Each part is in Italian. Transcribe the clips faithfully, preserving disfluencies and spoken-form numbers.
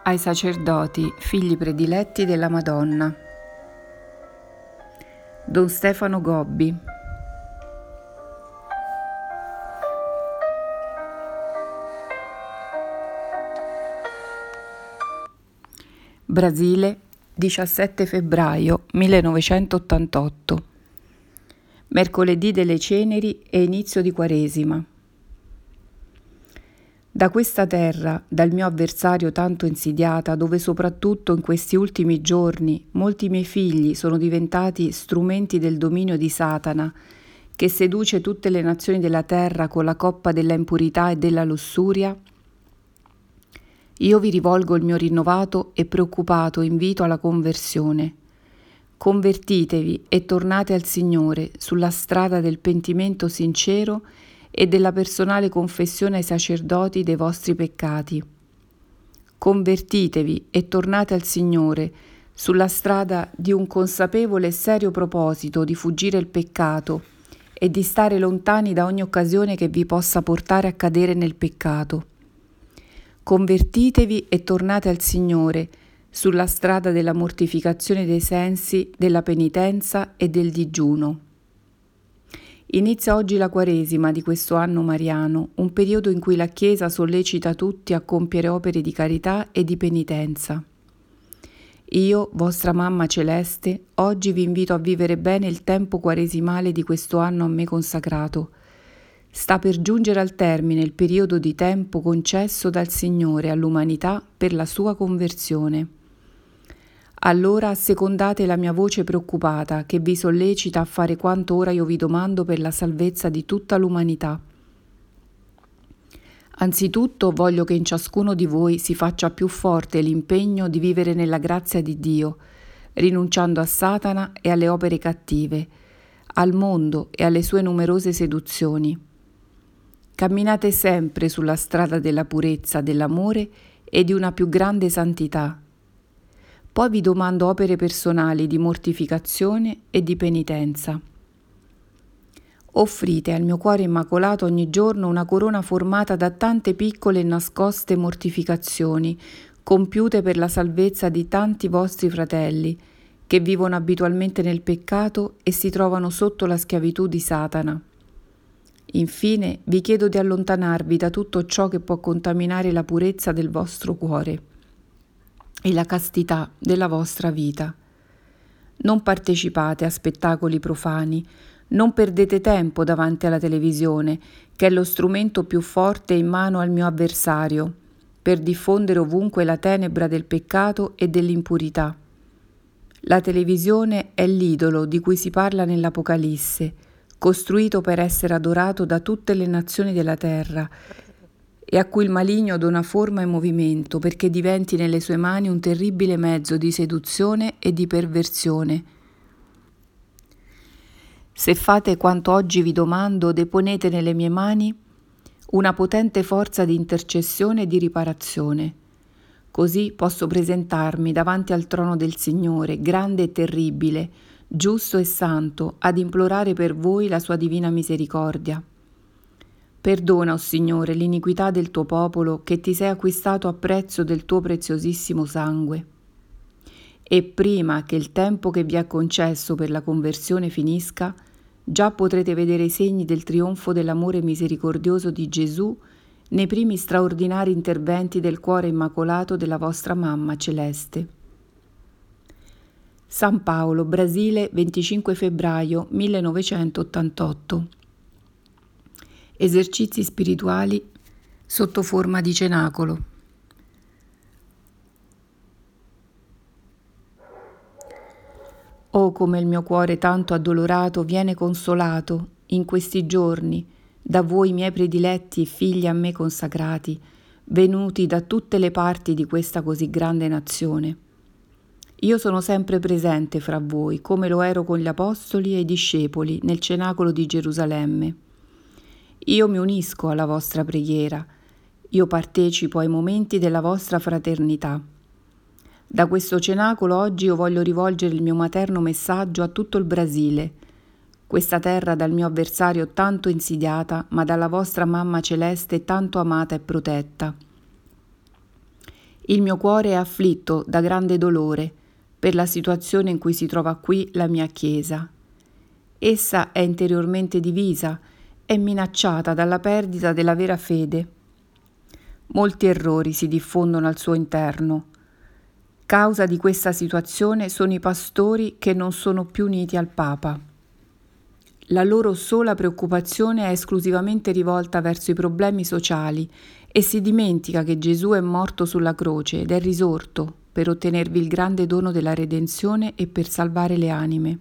ai sacerdoti, figli prediletti della Madonna. Don Stefano Gobbi. Brasile, diciassette febbraio millenovecentottantotto. Mercoledì delle Ceneri e inizio di Quaresima. Da questa terra, dal mio avversario tanto insidiata, dove soprattutto in questi ultimi giorni molti miei figli sono diventati strumenti del dominio di Satana, che seduce tutte le nazioni della terra con la coppa della impurità e della lussuria, io vi rivolgo il mio rinnovato e preoccupato invito alla conversione. Convertitevi e tornate al Signore sulla strada del pentimento sincero e della personale confessione ai sacerdoti dei vostri peccati. Convertitevi e tornate al Signore sulla strada di un consapevole e serio proposito di fuggire il peccato e di stare lontani da ogni occasione che vi possa portare a cadere nel peccato. Convertitevi e tornate al Signore sulla strada della mortificazione dei sensi, della penitenza e del digiuno. Inizia oggi la Quaresima di questo anno mariano, un periodo in cui la Chiesa sollecita tutti a compiere opere di carità e di penitenza. Io, vostra Mamma Celeste, oggi vi invito a vivere bene il tempo quaresimale di questo anno a me consacrato. Sta per giungere al termine il periodo di tempo concesso dal Signore all'umanità per la sua conversione. Allora assecondate la mia voce preoccupata che vi sollecita a fare quanto ora io vi domando per la salvezza di tutta l'umanità. Anzitutto voglio che in ciascuno di voi si faccia più forte l'impegno di vivere nella grazia di Dio, rinunciando a Satana e alle opere cattive, al mondo e alle sue numerose seduzioni. Camminate sempre sulla strada della purezza, dell'amore e di una più grande santità. Poi vi domando opere personali di mortificazione e di penitenza. Offrite al mio cuore immacolato ogni giorno una corona formata da tante piccole e nascoste mortificazioni, compiute per la salvezza di tanti vostri fratelli, che vivono abitualmente nel peccato e si trovano sotto la schiavitù di Satana. Infine vi chiedo di allontanarvi da tutto ciò che può contaminare la purezza del vostro cuore e la castità della vostra vita. Non partecipate a spettacoli profani, non perdete tempo davanti alla televisione, che è lo strumento più forte in mano al mio avversario, per diffondere ovunque la tenebra del peccato e dell'impurità. La televisione è l'idolo di cui si parla nell'Apocalisse, costruito per essere adorato da tutte le nazioni della terra, e a cui il maligno dona forma e movimento perché diventi nelle sue mani un terribile mezzo di seduzione e di perversione. Se fate quanto oggi vi domando, deponete nelle mie mani una potente forza di intercessione e di riparazione. Così posso presentarmi davanti al trono del Signore, grande e terribile, giusto e santo, ad implorare per voi la sua divina misericordia. Perdona, o Signore, l'iniquità del tuo popolo che ti sei acquistato a prezzo del tuo preziosissimo sangue. E prima che il tempo che vi è concesso per la conversione finisca, già potrete vedere i segni del trionfo dell'amore misericordioso di Gesù nei primi straordinari interventi del cuore immacolato della vostra Mamma Celeste. San Paolo, Brasile, venticinque febbraio millenovecentottantotto. Esercizi spirituali sotto forma di cenacolo. Oh, come il mio cuore tanto addolorato viene consolato in questi giorni da voi miei prediletti e figli a me consacrati, venuti da tutte le parti di questa così grande nazione. Io sono sempre presente fra voi, come lo ero con gli apostoli e i discepoli nel cenacolo di Gerusalemme. Io mi unisco alla vostra preghiera, io partecipo ai momenti della vostra fraternità. Da questo cenacolo oggi io voglio rivolgere il mio materno messaggio a tutto il Brasile, questa terra dal mio avversario tanto insidiata, ma dalla vostra Mamma Celeste tanto amata e protetta. Il mio cuore è afflitto da grande dolore per la situazione in cui si trova qui la mia Chiesa. Essa è interiormente divisa e minacciata dalla perdita della vera fede. Molti errori si diffondono al suo interno. Causa di questa situazione sono i pastori che non sono più uniti al Papa. La loro sola preoccupazione è esclusivamente rivolta verso i problemi sociali e si dimentica che Gesù è morto sulla croce ed è risorto per ottenervi il grande dono della redenzione e per salvare le anime.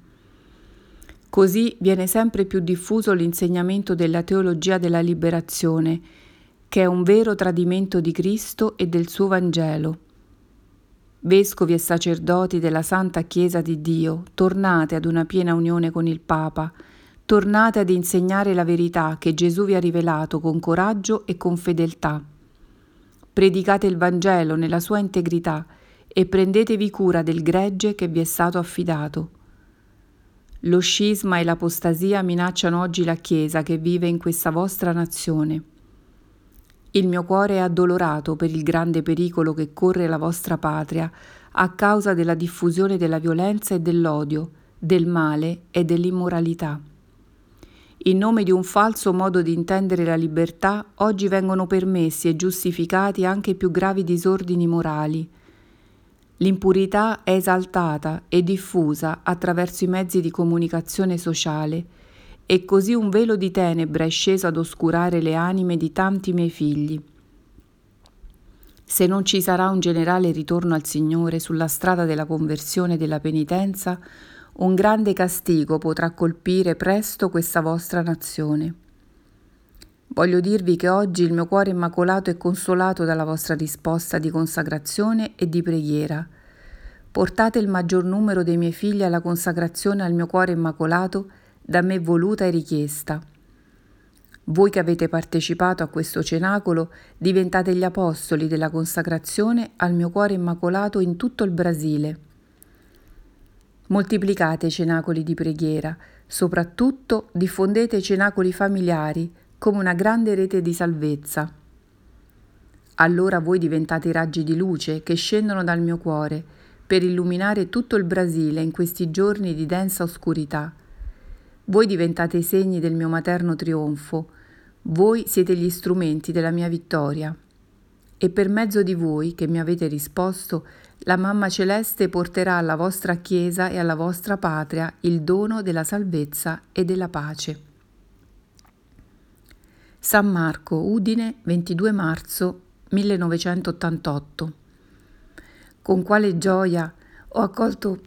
Così viene sempre più diffuso l'insegnamento della teologia della liberazione, che è un vero tradimento di Cristo e del suo Vangelo. Vescovi e sacerdoti della Santa Chiesa di Dio, tornate ad una piena unione con il Papa, tornate ad insegnare la verità che Gesù vi ha rivelato con coraggio e con fedeltà. Predicate il Vangelo nella sua integrità e prendetevi cura del gregge che vi è stato affidato. Lo scisma e l'apostasia minacciano oggi la Chiesa che vive in questa vostra nazione. Il mio cuore è addolorato per il grande pericolo che corre la vostra patria a causa della diffusione della violenza e dell'odio, del male e dell'immoralità. In nome di un falso modo di intendere la libertà, oggi vengono permessi e giustificati anche i più gravi disordini morali. L'impurità è esaltata e diffusa attraverso i mezzi di comunicazione sociale, e così un velo di tenebra è sceso ad oscurare le anime di tanti miei figli. Se non ci sarà un generale ritorno al Signore sulla strada della conversione e della penitenza, un grande castigo potrà colpire presto questa vostra nazione. Voglio dirvi che oggi il mio cuore immacolato è consolato dalla vostra risposta di consacrazione e di preghiera. Portate il maggior numero dei miei figli alla consacrazione al mio cuore immacolato, da me voluta e richiesta. Voi che avete partecipato a questo cenacolo diventate gli apostoli della consacrazione al mio cuore immacolato in tutto il Brasile. Moltiplicate i cenacoli di preghiera, soprattutto diffondete i cenacoli familiari come una grande rete di salvezza. Allora voi diventate i raggi di luce che scendono dal mio cuore per illuminare tutto il Brasile in questi giorni di densa oscurità. Voi diventate i segni del mio materno trionfo, voi siete gli strumenti della mia vittoria. E per mezzo di voi, che mi avete risposto, la Mamma Celeste porterà alla vostra Chiesa e alla vostra patria il dono della salvezza e della pace. San Marco, Udine, ventidue marzo millenovecentottantotto. Con quale gioia ho accolto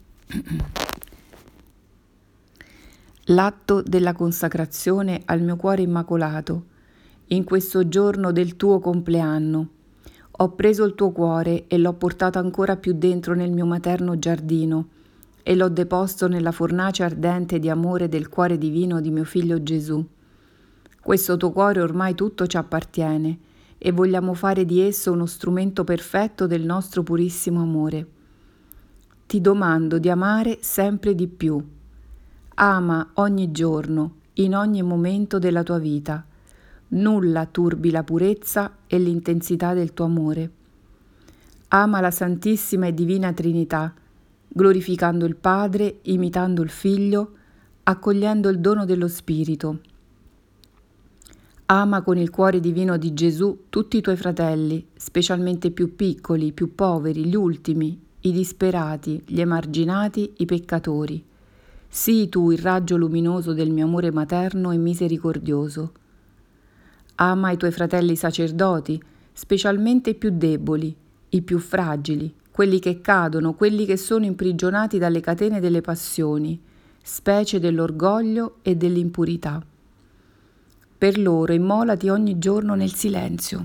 l'atto della consacrazione al mio cuore immacolato, in questo giorno del tuo compleanno. Ho preso il tuo cuore e l'ho portato ancora più dentro nel mio materno giardino e l'ho deposto nella fornace ardente di amore del cuore divino di mio figlio Gesù. Questo tuo cuore ormai tutto ci appartiene e vogliamo fare di esso uno strumento perfetto del nostro purissimo amore. Ti domando di amare sempre di più. Ama ogni giorno, in ogni momento della tua vita. Nulla turbi la purezza e l'intensità del tuo amore. Ama la Santissima e Divina Trinità, glorificando il Padre, imitando il Figlio, accogliendo il dono dello Spirito. Ama con il cuore divino di Gesù tutti i tuoi fratelli, specialmente i più piccoli, i più poveri, gli ultimi, i disperati, gli emarginati, i peccatori. Sii tu il raggio luminoso del mio amore materno e misericordioso. Ama i tuoi fratelli sacerdoti, specialmente i più deboli, i più fragili, quelli che cadono, quelli che sono imprigionati dalle catene delle passioni, specie dell'orgoglio e dell'impurità. Per loro immolati ogni giorno nel silenzio,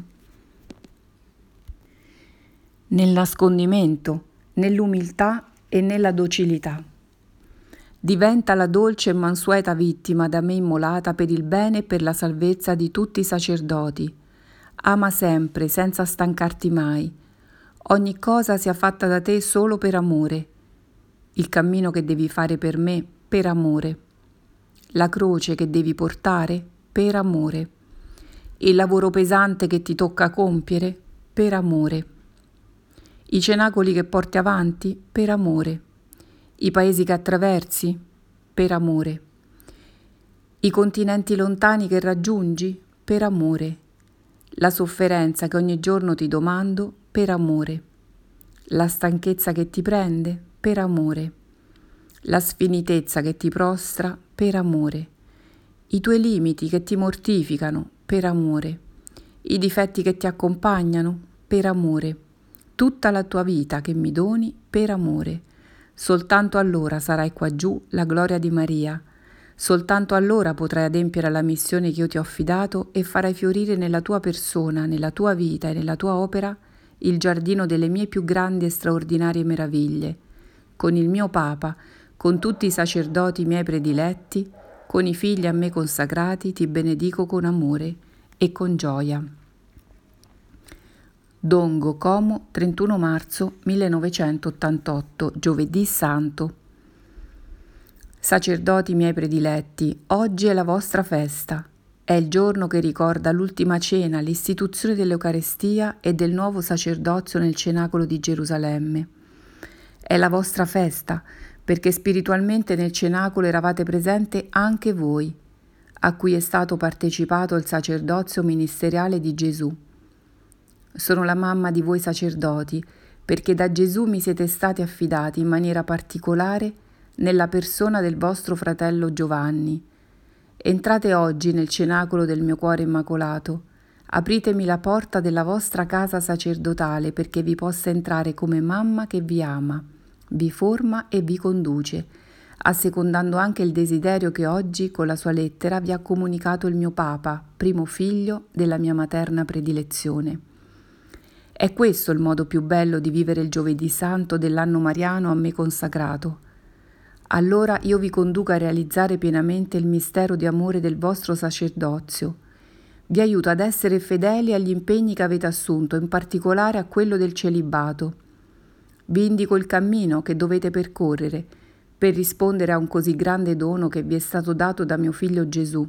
nel nascondimento, nell'umiltà e nella docilità. Diventa la dolce e mansueta vittima da me immolata per il bene e per la salvezza di tutti i sacerdoti. Ama sempre, senza stancarti mai. Ogni cosa sia fatta da te solo per amore. Il cammino che devi fare per me, per amore. La croce che devi portare, per amore. Il lavoro pesante che ti tocca compiere, per amore. I cenacoli che porti avanti? Per amore. I paesi che attraversi? Per amore. I continenti lontani che raggiungi? Per amore. La sofferenza che ogni giorno ti domando? Per amore. La stanchezza che ti prende? Per amore. La sfinitezza che ti prostra? Per amore. I tuoi limiti che ti mortificano? Per amore. I difetti che ti accompagnano? Per amore. Tutta la tua vita che mi doni? Per amore. Soltanto allora sarai qua giù la gloria di Maria. Soltanto allora potrai adempiere la missione che io ti ho affidato e farai fiorire nella tua persona, nella tua vita e nella tua opera il giardino delle mie più grandi e straordinarie meraviglie. Con il mio Papa, con tutti i sacerdoti miei prediletti, con i figli a me consacrati, ti benedico con amore e con gioia. Dongo, Como, trentuno marzo millenovecentottantotto, giovedì santo. Sacerdoti miei prediletti, oggi è la vostra festa. È il giorno che ricorda l'ultima cena, l'istituzione dell'Eucarestia e del nuovo sacerdozio nel cenacolo di Gerusalemme. È la vostra festa, perché spiritualmente nel cenacolo eravate presente anche voi, a cui è stato partecipato il sacerdozio ministeriale di Gesù. Sono la mamma di voi sacerdoti, perché da Gesù mi siete stati affidati in maniera particolare nella persona del vostro fratello Giovanni. Entrate oggi nel cenacolo del mio cuore immacolato, apritemi la porta della vostra casa sacerdotale perché vi possa entrare come mamma che vi ama, vi forma e vi conduce, assecondando anche il desiderio che oggi con la sua lettera vi ha comunicato il mio Papa, primo figlio della mia materna predilezione. È questo il modo più bello di vivere il giovedì santo dell'anno mariano a me consacrato. Allora io vi conduco a realizzare pienamente il mistero di amore del vostro sacerdozio. Vi aiuto ad essere fedeli agli impegni che avete assunto, in particolare a quello del celibato. Vi indico il cammino che dovete percorrere per rispondere a un così grande dono che vi è stato dato da mio figlio Gesù.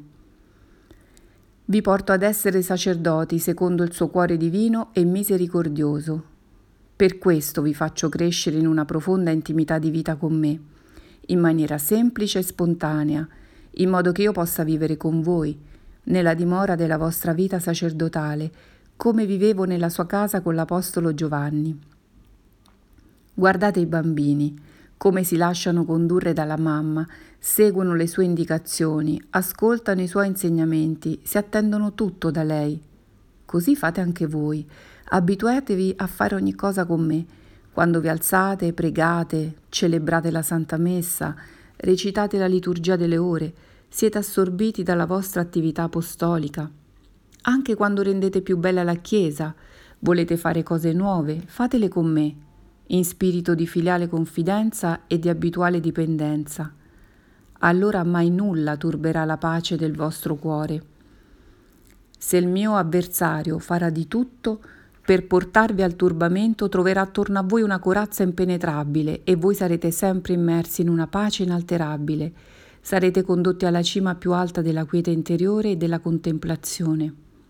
Vi porto ad essere sacerdoti secondo il suo cuore divino e misericordioso. Per questo vi faccio crescere in una profonda intimità di vita con me, in maniera semplice e spontanea, in modo che io possa vivere con voi, nella dimora della vostra vita sacerdotale, come vivevo nella sua casa con l'Apostolo Giovanni. Guardate i bambini, come si lasciano condurre dalla mamma, seguono le sue indicazioni, ascoltano i suoi insegnamenti, si attendono tutto da lei. Così fate anche voi, abituatevi a fare ogni cosa con me. Quando vi alzate, pregate, celebrate la Santa Messa, recitate la liturgia delle ore, siete assorbiti dalla vostra attività apostolica. Anche quando rendete più bella la Chiesa, volete fare cose nuove, fatele con me, in spirito di filiale confidenza e di abituale dipendenza. Allora mai nulla turberà la pace del vostro cuore. Se il mio avversario farà di tutto per portarvi al turbamento, troverà attorno a voi una corazza impenetrabile e voi sarete sempre immersi in una pace inalterabile. Sarete condotti alla cima più alta della quiete interiore e della contemplazione.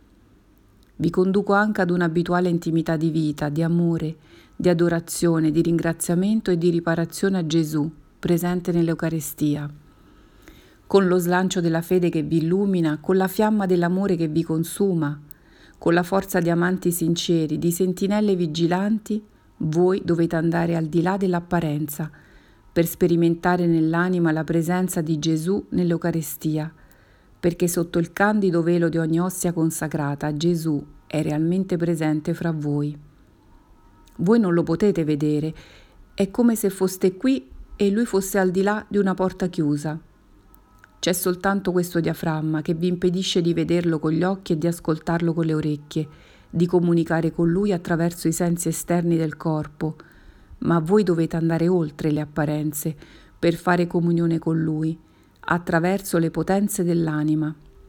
Vi conduco anche ad un'abituale intimità di vita, di amore, di adorazione, di ringraziamento e di riparazione a Gesù, presente nell'Eucarestia. Con lo slancio della fede che vi illumina, con la fiamma dell'amore che vi consuma, con la forza di amanti sinceri, di sentinelle vigilanti, voi dovete andare al di là dell'apparenza, per sperimentare nell'anima la presenza di Gesù nell'Eucarestia, perché sotto il candido velo di ogni ostia consacrata Gesù è realmente presente fra voi. Voi non lo potete vedere, è come se foste qui e lui fosse al di là di una porta chiusa. C'è soltanto questo diaframma che vi impedisce di vederlo con gli occhi e di ascoltarlo con le orecchie, di comunicare con lui attraverso i sensi esterni del corpo, ma voi dovete andare oltre le apparenze per fare comunione con lui, attraverso le potenze dell'anima.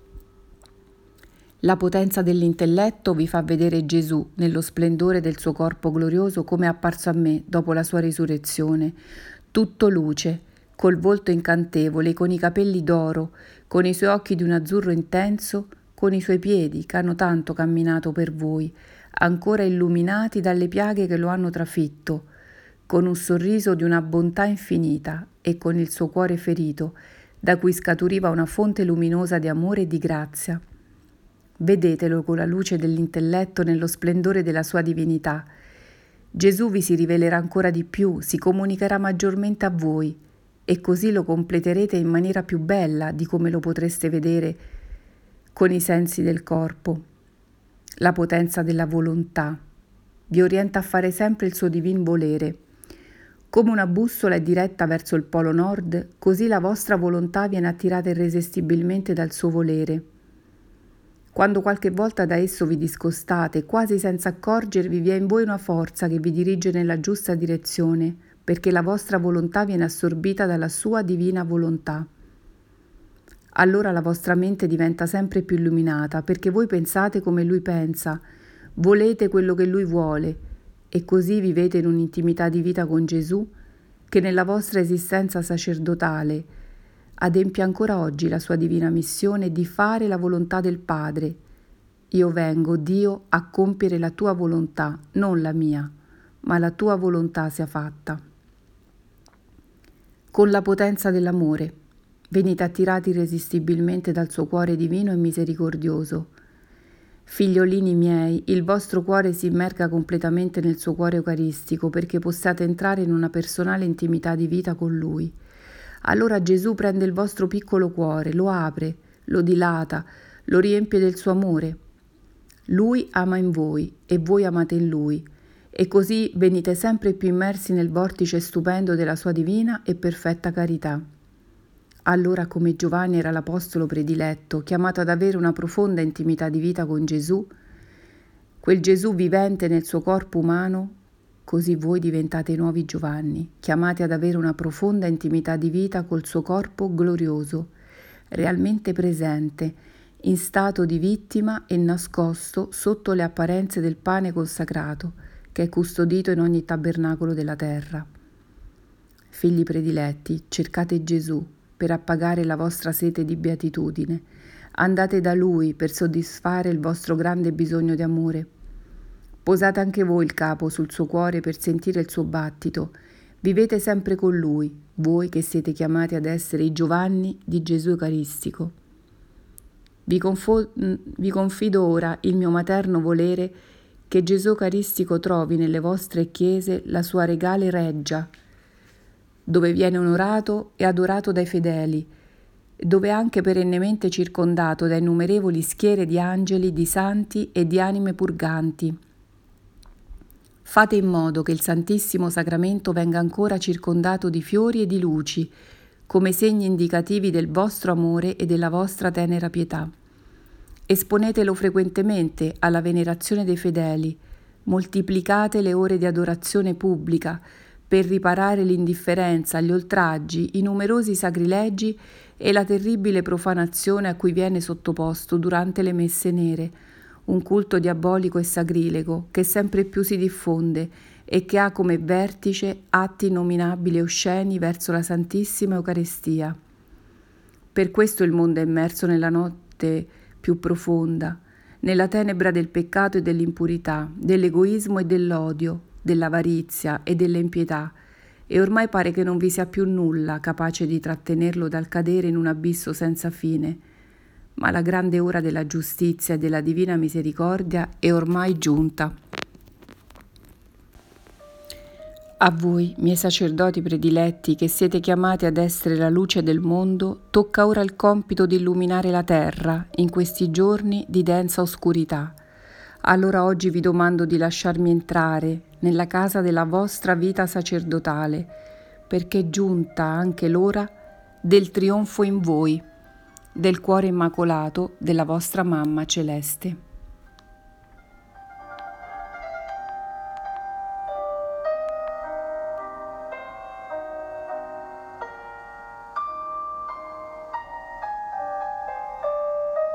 La potenza dell'intelletto vi fa vedere Gesù nello splendore del suo corpo glorioso come è apparso a me dopo la sua risurrezione, tutto luce, col volto incantevole, con i capelli d'oro, con i suoi occhi di un azzurro intenso, con i suoi piedi che hanno tanto camminato per voi, ancora illuminati dalle piaghe che lo hanno trafitto, con un sorriso di una bontà infinita e con il suo cuore ferito, da cui scaturiva una fonte luminosa di amore e di grazia. Vedetelo con la luce dell'intelletto nello splendore della sua divinità. Gesù vi si rivelerà ancora di più, si comunicherà maggiormente a voi, e così lo completerete in maniera più bella di come lo potreste vedere con i sensi del corpo. La potenza della volontà vi orienta a fare sempre il suo divin volere. Come una bussola è diretta verso il polo nord, così la vostra volontà viene attirata irresistibilmente dal suo volere. Quando qualche volta da esso vi discostate, quasi senza accorgervi, vi è in voi una forza che vi dirige nella giusta direzione, perché la vostra volontà viene assorbita dalla sua divina volontà. Allora la vostra mente diventa sempre più illuminata, perché voi pensate come lui pensa, volete quello che lui vuole, e così vivete in un'intimità di vita con Gesù che nella vostra esistenza sacerdotale adempie ancora oggi la sua divina missione di fare la volontà del Padre. Io vengo, Dio, a compiere la tua volontà, non la mia, ma la tua volontà sia fatta. Con la potenza dell'amore venite attirati irresistibilmente dal suo cuore divino e misericordioso. Figliolini miei, il vostro cuore si immerga completamente nel suo cuore eucaristico perché possiate entrare in una personale intimità di vita con Lui. Allora Gesù prende il vostro piccolo cuore, lo apre, lo dilata, lo riempie del suo amore. Lui ama in voi e voi amate in Lui, e così venite sempre più immersi nel vortice stupendo della sua divina e perfetta carità. Allora, come Giovanni era l'apostolo prediletto, chiamato ad avere una profonda intimità di vita con Gesù, quel Gesù vivente nel suo corpo umano, così voi diventate i nuovi Giovanni, chiamati ad avere una profonda intimità di vita col suo corpo glorioso, realmente presente, in stato di vittima e nascosto sotto le apparenze del pane consacrato, che è custodito in ogni tabernacolo della terra. Figli prediletti, cercate Gesù per appagare la vostra sete di beatitudine. Andate da Lui per soddisfare il vostro grande bisogno di amore. Posate anche voi il capo sul suo cuore per sentire il suo battito. Vivete sempre con Lui, voi che siete chiamati ad essere i Giovanni di Gesù Eucaristico. Vi, confo- vi confido ora il mio materno volere che Gesù Eucaristico trovi nelle vostre chiese la sua regale reggia, dove viene onorato e adorato dai fedeli, dove è anche perennemente circondato da innumerevoli schiere di angeli, di santi e di anime purganti. Fate in modo che il Santissimo Sacramento venga ancora circondato di fiori e di luci, come segni indicativi del vostro amore e della vostra tenera pietà. Esponetelo frequentemente alla venerazione dei fedeli, moltiplicate le ore di adorazione pubblica, per riparare l'indifferenza, gli oltraggi, i numerosi sacrilegi e la terribile profanazione a cui viene sottoposto durante le messe nere, un culto diabolico e sacrilego che sempre più si diffonde e che ha come vertice atti innominabili e osceni verso la Santissima Eucaristia. Per questo il mondo è immerso nella notte più profonda, nella tenebra del peccato e dell'impurità, dell'egoismo e dell'odio, dell'avarizia e dell'impietà, e ormai pare che non vi sia più nulla capace di trattenerlo dal cadere in un abisso senza fine. Ma la grande ora della giustizia e della divina misericordia è ormai giunta. A voi, miei sacerdoti prediletti, che siete chiamati ad essere la luce del mondo, tocca ora il compito di illuminare la terra in questi giorni di densa oscurità. Allora oggi vi domando di lasciarmi entrare nella casa della vostra vita sacerdotale, perché è giunta anche l'ora del trionfo in voi, del cuore immacolato della vostra Mamma Celeste.